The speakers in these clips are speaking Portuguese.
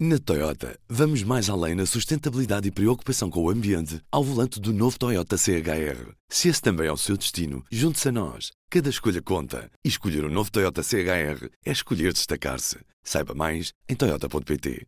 Na Toyota, vamos mais além na sustentabilidade e preocupação com o ambiente ao volante do novo Toyota CHR. Se esse também é o seu destino, junte-se a nós. Cada escolha conta. E escolher o novo Toyota CHR é escolher destacar-se. Saiba mais em toyota.pt.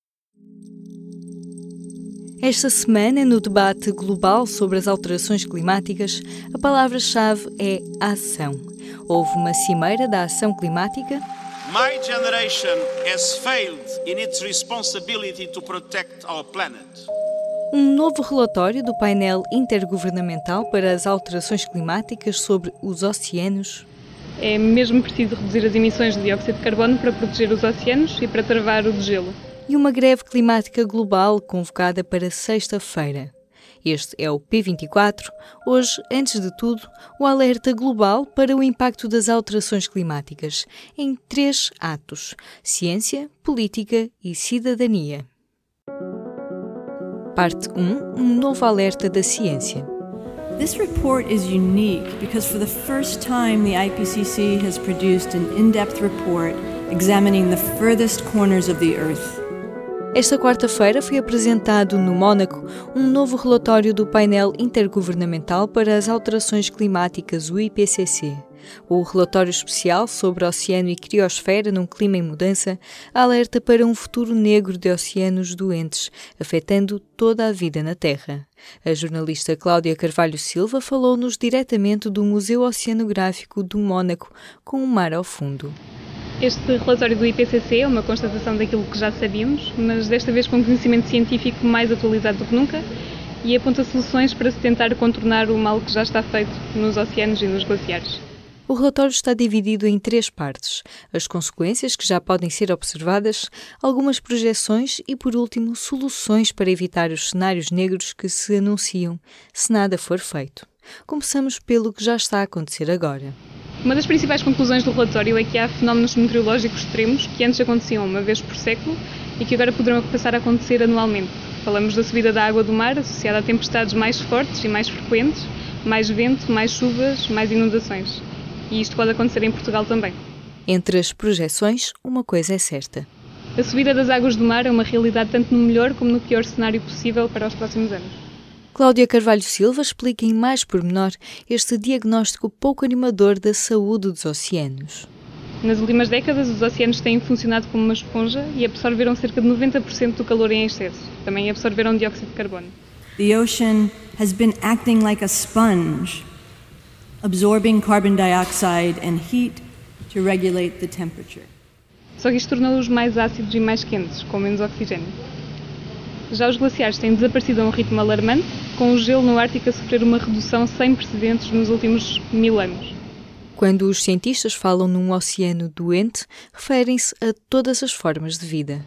Esta semana, no debate global sobre as alterações climáticas, a palavra-chave é ação. Houve uma cimeira da ação climática. My generation has failed in its responsibility to protect our planet. Um novo relatório do painel intergovernamental para as alterações climáticas sobre os oceanos. É mesmo preciso reduzir as emissões de dióxido de carbono para proteger os oceanos e para travar o degelo. E uma greve climática global convocada para sexta-feira. Este é o P24. Hoje, antes de tudo, o alerta global para o impacto das alterações climáticas em 3 atos: ciência, política e cidadania. Parte 1. Um novo alerta da ciência. This report is unique because for the first time the IPCC has produced an in-depth report examining the furthest corners of the Earth. Esta quarta-feira foi apresentado no Mónaco um novo relatório do painel intergovernamental para as alterações climáticas, o IPCC. O relatório especial sobre oceano e criosfera num clima em mudança alerta para um futuro negro de oceanos doentes, afetando toda a vida na Terra. A jornalista Cláudia Carvalho Silva falou-nos diretamente do Museu Oceanográfico do Mónaco, com o mar ao fundo. Este relatório do IPCC é uma constatação daquilo que já sabíamos, mas desta vez com conhecimento científico mais atualizado do que nunca e aponta soluções para se tentar contornar o mal que já está feito nos oceanos e nos glaciares. O relatório está dividido em 3 partes: as consequências que já podem ser observadas, algumas projeções e, por último, soluções para evitar os cenários negros que se anunciam, se nada for feito. Começamos pelo que já está a acontecer agora. Uma das principais conclusões do relatório é que há fenómenos meteorológicos extremos que antes aconteciam uma vez por século e que agora poderão passar a acontecer anualmente. Falamos da subida da água do mar associada a tempestades mais fortes e mais frequentes, mais vento, mais chuvas, mais inundações. E isto pode acontecer em Portugal também. Entre as projeções, uma coisa é certa: a subida das águas do mar é uma realidade tanto no melhor como no pior cenário possível para os próximos anos. Cláudia Carvalho Silva explica em mais pormenor este diagnóstico pouco animador da saúde dos oceanos. Nas últimas décadas, os oceanos têm funcionado como uma esponja e absorveram cerca de 90% do calor em excesso. Também absorveram dióxido de carbono. The ocean has been acting like a sponge, absorbing carbon dioxide and heat to regulate the temperature. Só que isto tornou-os mais ácidos e mais quentes, com menos oxigênio. Já os glaciares têm desaparecido a um ritmo alarmante, com o gelo no Ártico a sofrer uma redução sem precedentes nos últimos 1000 anos. Quando os cientistas falam num oceano doente, referem-se a todas as formas de vida.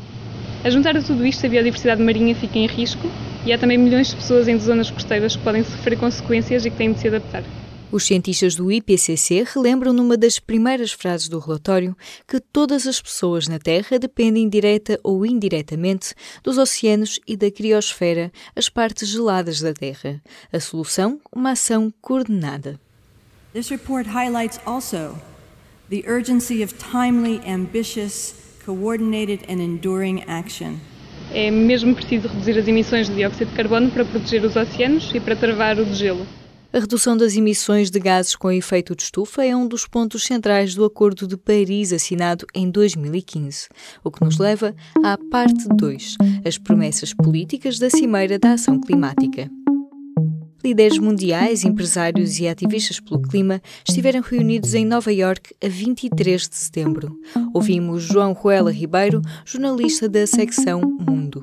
A juntar a tudo isto, a biodiversidade marinha fica em risco e há também milhões de pessoas em zonas costeiras que podem sofrer consequências e que têm de se adaptar. Os cientistas do IPCC relembram numa das primeiras frases do relatório que todas as pessoas na Terra dependem direta ou indiretamente dos oceanos e da criosfera, as partes geladas da Terra. A solução, uma ação coordenada. This report highlights also the urgency of timely, ambitious, coordinated and enduring action. É mesmo preciso reduzir as emissões de dióxido de carbono para proteger os oceanos e para travar o degelo. A redução das emissões de gases com efeito de estufa é um dos pontos centrais do Acordo de Paris assinado em 2015, o que nos leva à parte 2, as promessas políticas da Cimeira da Ação Climática. Líderes mundiais, empresários e ativistas pelo clima estiveram reunidos em Nova Iorque a 23 de setembro. Ouvimos João Ruela Ribeiro, jornalista da secção Mundo.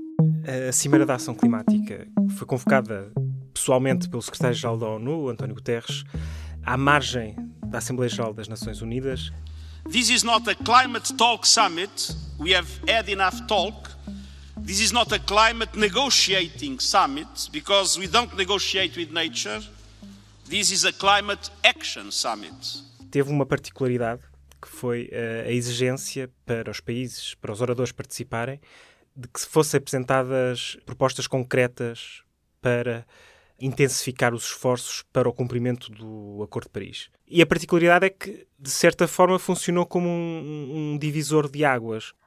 A Cimeira da Ação Climática foi convocada pessoalmente pelo secretário-geral da ONU, António Guterres, à margem da Assembleia Geral das Nações Unidas. This is not a climate talk summit. We have had enough talk. This is not a climate negotiating summit because we don't negotiate with nature. This is a climate action summit. Teve uma particularidade que foi a exigência para os países, para os oradores participarem, de que fossem apresentadas propostas concretas para intensificar os esforços para o cumprimento do Acordo de Paris. E a particularidade é que, de certa forma, funcionou como um divisor de águas.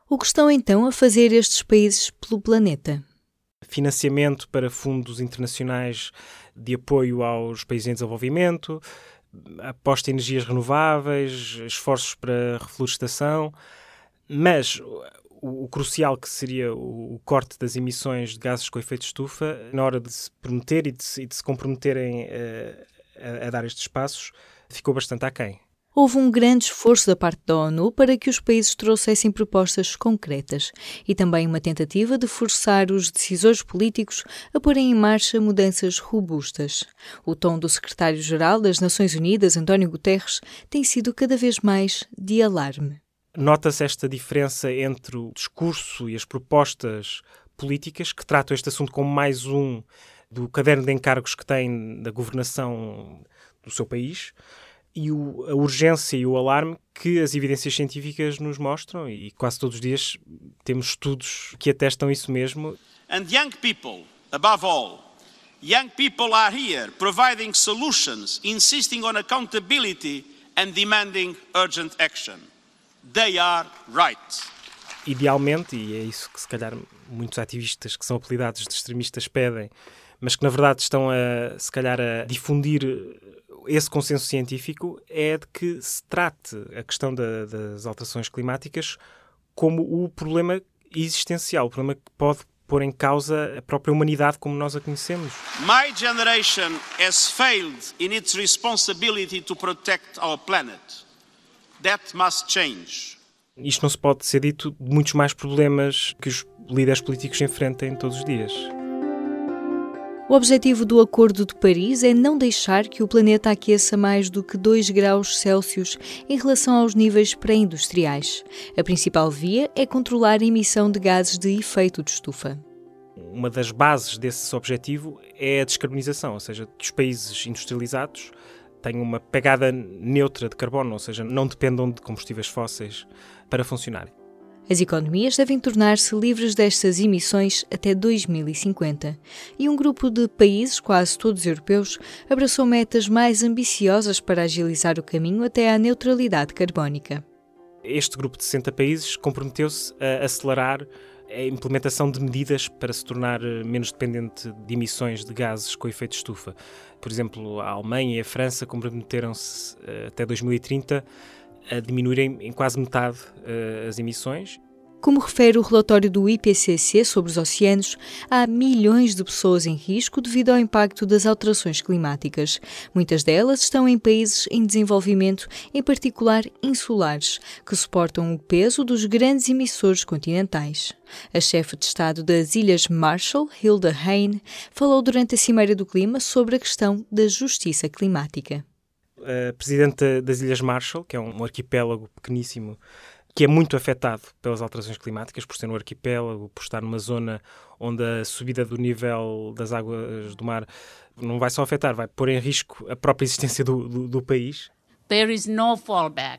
O que estão então a fazer estes países pelo planeta? Financiamento para fundos internacionais de apoio aos países em desenvolvimento, aposta em energias renováveis, esforços para reflorestação, mas o crucial, que seria o corte das emissões de gases com efeito de estufa, na hora de se prometer e de se comprometerem a dar estes passos, ficou bastante aquém. Houve um grande esforço da parte da ONU para que os países trouxessem propostas concretas e também uma tentativa de forçar os decisores políticos a porem em marcha mudanças robustas. O tom do secretário-geral das Nações Unidas, António Guterres, tem sido cada vez mais de alarme. Nota-se esta diferença entre o discurso e as propostas políticas que tratam este assunto como mais um do caderno de encargos que tem da governação do seu país, e a urgência e o alarme que as evidências científicas nos mostram, e quase todos os dias temos estudos que atestam isso mesmo. And young people, above all, young people are here providing solutions, insisting on accountability and demanding urgent action. They are right. Idealmente, e é isso que se calhar muitos ativistas que são apelidados de extremistas pedem, mas que na verdade estão se calhar a difundir esse consenso científico, é de que se trate a questão das alterações climáticas como o problema existencial, o problema que pode pôr em causa a própria humanidade como nós a conhecemos. My generation has failed in its responsibility to protect our planet. That must change. Isto não se pode ser dito de muitos mais problemas que os líderes políticos enfrentem todos os dias. O objetivo do Acordo de Paris é não deixar que o planeta aqueça mais do que 2 graus Celsius em relação aos níveis pré-industriais. A principal via é controlar a emissão de gases de efeito de estufa. Uma das bases desse objetivo é a descarbonização, ou seja, que os países industrializados tenham uma pegada neutra de carbono, ou seja, não dependam de combustíveis fósseis para funcionarem. As economias devem tornar-se livres destas emissões até 2050 e um grupo de países, quase todos europeus, abraçou metas mais ambiciosas para agilizar o caminho até à neutralidade carbónica. Este grupo de 60 países comprometeu-se a acelerar a implementação de medidas para se tornar menos dependente de emissões de gases com efeito de estufa. Por exemplo, a Alemanha e a França comprometeram-se até 2030 a diminuírem em quase metade as emissões. Como refere o relatório do IPCC sobre os oceanos, há milhões de pessoas em risco devido ao impacto das alterações climáticas. Muitas delas estão em países em desenvolvimento, em particular insulares, que suportam o peso dos grandes emissores continentais. A chefe de Estado das Ilhas Marshall, Hilda Heine, falou durante a Cimeira do Clima sobre a questão da justiça climática. A presidente das Ilhas Marshall, que é um arquipélago pequeníssimo, que é muito afetado pelas alterações climáticas, por ser um arquipélago, por estar numa zona onde a subida do nível das águas do mar não vai só afetar, vai pôr em risco a própria existência do país. There is no fallback.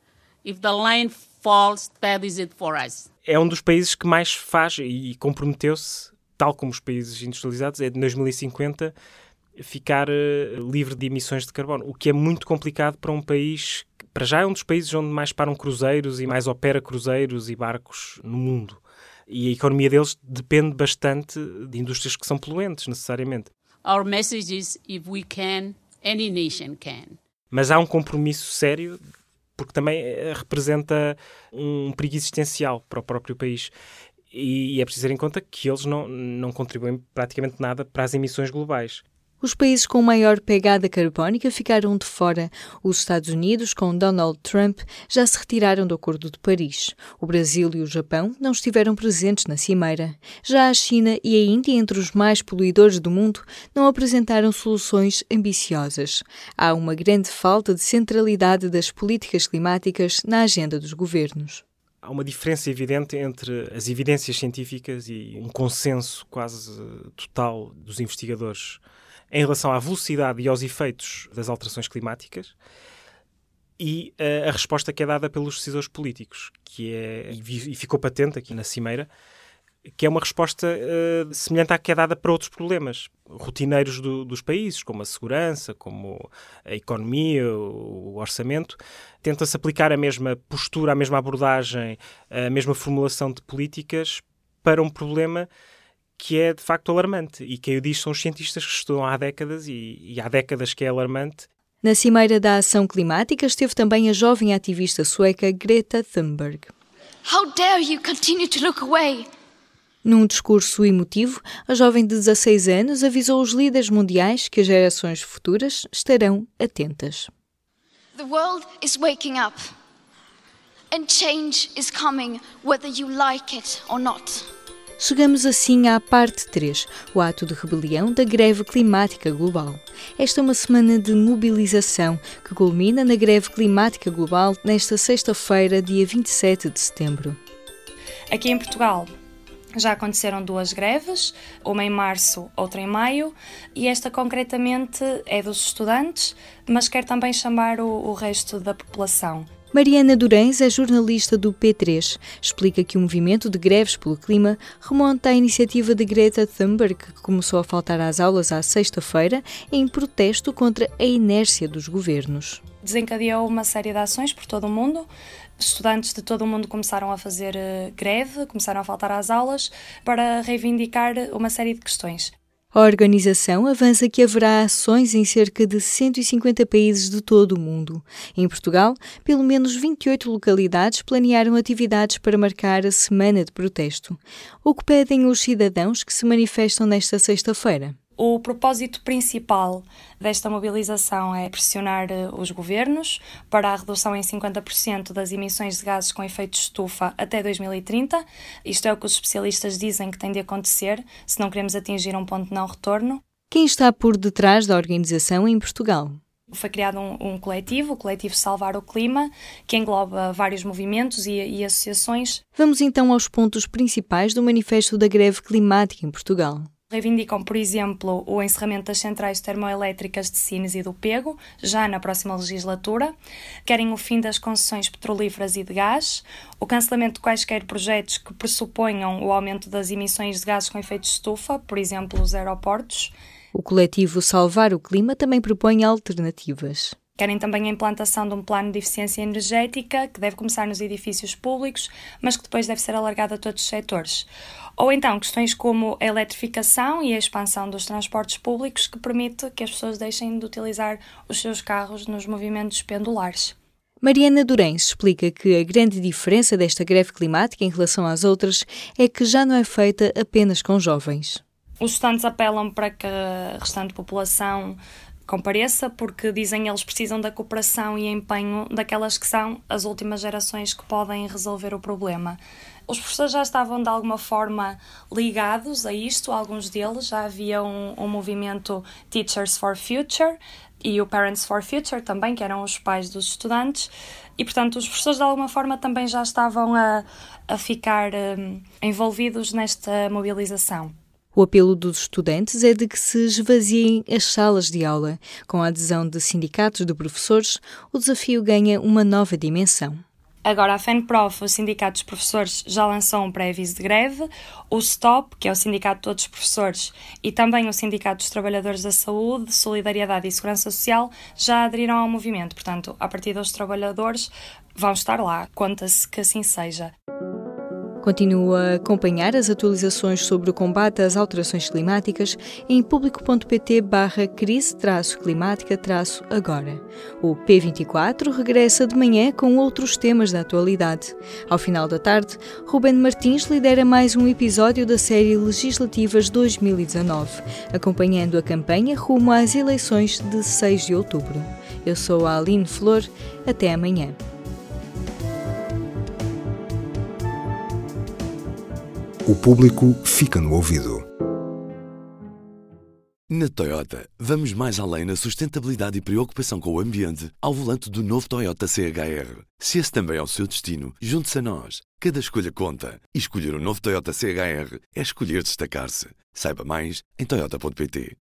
If the line falls, that is it for us. É um dos países que mais faz e comprometeu-se, tal como os países industrializados, é de 2050 ficar livre de emissões de carbono, o que é muito complicado para um país que, para já, é um dos países onde mais param cruzeiros e mais opera cruzeiros e barcos no mundo. E a economia deles depende bastante de indústrias que são poluentes, necessariamente. Our message is, if we can, any nation can. Mas há um compromisso sério, porque também representa um perigo existencial para o próprio país. E é preciso ter em conta que eles não contribuem praticamente nada para as emissões globais. Os países com maior pegada carbónica ficaram de fora. Os Estados Unidos, com Donald Trump, já se retiraram do Acordo de Paris. O Brasil e o Japão não estiveram presentes na cimeira. Já a China e a Índia, entre os mais poluidores do mundo, não apresentaram soluções ambiciosas. Há uma grande falta de centralidade das políticas climáticas na agenda dos governos. Há uma diferença evidente entre as evidências científicas e um consenso quase total dos investigadores em relação à velocidade e aos efeitos das alterações climáticas e a resposta que é dada pelos decisores políticos, que é, e ficou patente aqui na Cimeira, que é uma resposta semelhante à que é dada para outros problemas rotineiros dos países, como a segurança, como a economia, o orçamento. Tenta-se aplicar a mesma postura, a mesma abordagem, a mesma formulação de políticas para um problema que é de facto alarmante e quem o diz são os cientistas que estudam há décadas e há décadas que é alarmante. Na Cimeira da Ação Climática esteve também a jovem ativista sueca Greta Thunberg. How dare you continue to look away? Num discurso emotivo, a jovem de 16 anos avisou os líderes mundiais que as gerações futuras estarão atentas. The world is waking up, and change is coming whether you like it or not. Chegamos assim à parte 3, o ato de rebelião da greve climática global. Esta é uma semana de mobilização que culmina na greve climática global nesta sexta-feira, dia 27 de setembro. Aqui em Portugal já aconteceram 2 greves, uma em março, outra em maio, e esta concretamente é dos estudantes, mas quer também chamar o resto da população. Mariana Durães é jornalista do P3. Explica que o movimento de greves pelo clima remonta à iniciativa de Greta Thunberg, que começou a faltar às aulas à sexta-feira em protesto contra a inércia dos governos. Desencadeou uma série de ações por todo o mundo. Estudantes de todo o mundo começaram a fazer greve, começaram a faltar às aulas para reivindicar uma série de questões. A organização avança que haverá ações em cerca de 150 países de todo o mundo. Em Portugal, pelo menos 28 localidades planearam atividades para marcar a semana de protesto. O que pedem os cidadãos que se manifestam nesta sexta-feira? O propósito principal desta mobilização é pressionar os governos para a redução em 50% das emissões de gases com efeito de estufa até 2030. Isto é o que os especialistas dizem que tem de acontecer se não queremos atingir um ponto de não retorno. Quem está por detrás da organização em Portugal? Foi criado um coletivo, o Coletivo Salvar o Clima, que engloba vários movimentos e associações. Vamos então aos pontos principais do manifesto da greve climática em Portugal. Reivindicam, por exemplo, o encerramento das centrais termoelétricas de Sines e do Pego, já na próxima legislatura. Querem o fim das concessões petrolíferas e de gás, o cancelamento de quaisquer projetos que pressuponham o aumento das emissões de gases com efeito de estufa, por exemplo, os aeroportos. O coletivo Salvar o Clima também propõe alternativas. Querem também a implantação de um plano de eficiência energética que deve começar nos edifícios públicos, mas que depois deve ser alargado a todos os setores. Ou então questões como a eletrificação e a expansão dos transportes públicos que permite que as pessoas deixem de utilizar os seus carros nos movimentos pendulares. Mariana Durães explica que a grande diferença desta greve climática em relação às outras é que já não é feita apenas com jovens. Os estudantes apelam para que a restante população compareça, porque dizem eles precisam da cooperação e empenho daquelas que são as últimas gerações que podem resolver o problema. Os professores já estavam de alguma forma ligados a isto, alguns deles já havia um movimento Teachers for Future e o Parents for Future também, que eram os pais dos estudantes, e portanto os professores de alguma forma também já estavam a ficar envolvidos nesta mobilização. O apelo dos estudantes é de que se esvaziem as salas de aula. Com a adesão de sindicatos de professores, o desafio ganha uma nova dimensão. Agora, a FENPROF, o Sindicato dos Professores, já lançou um pré-aviso de greve. O STOP, que é o Sindicato de Todos os Professores, e também o Sindicato dos Trabalhadores da Saúde, Solidariedade e Segurança Social, já aderiram ao movimento. Portanto, a partir dos trabalhadores vão estar lá. Conta-se que assim seja. Continua a acompanhar as atualizações sobre o combate às alterações climáticas em público.pt/crise-climática-agora. O P24 regressa de manhã com outros temas da atualidade. Ao final da tarde, Ruben Martins lidera mais um episódio da série Legislativas 2019, acompanhando a campanha rumo às eleições de 6 de outubro. Eu sou a Aline Flor. Até amanhã. O público fica no ouvido. Na Toyota, vamos mais além na sustentabilidade e preocupação com o ambiente ao volante do novo Toyota CHR. Se esse também é o seu destino, junte-se a nós. Cada escolha conta. E escolher o novo Toyota CHR é escolher destacar-se. Saiba mais em toyota.pt.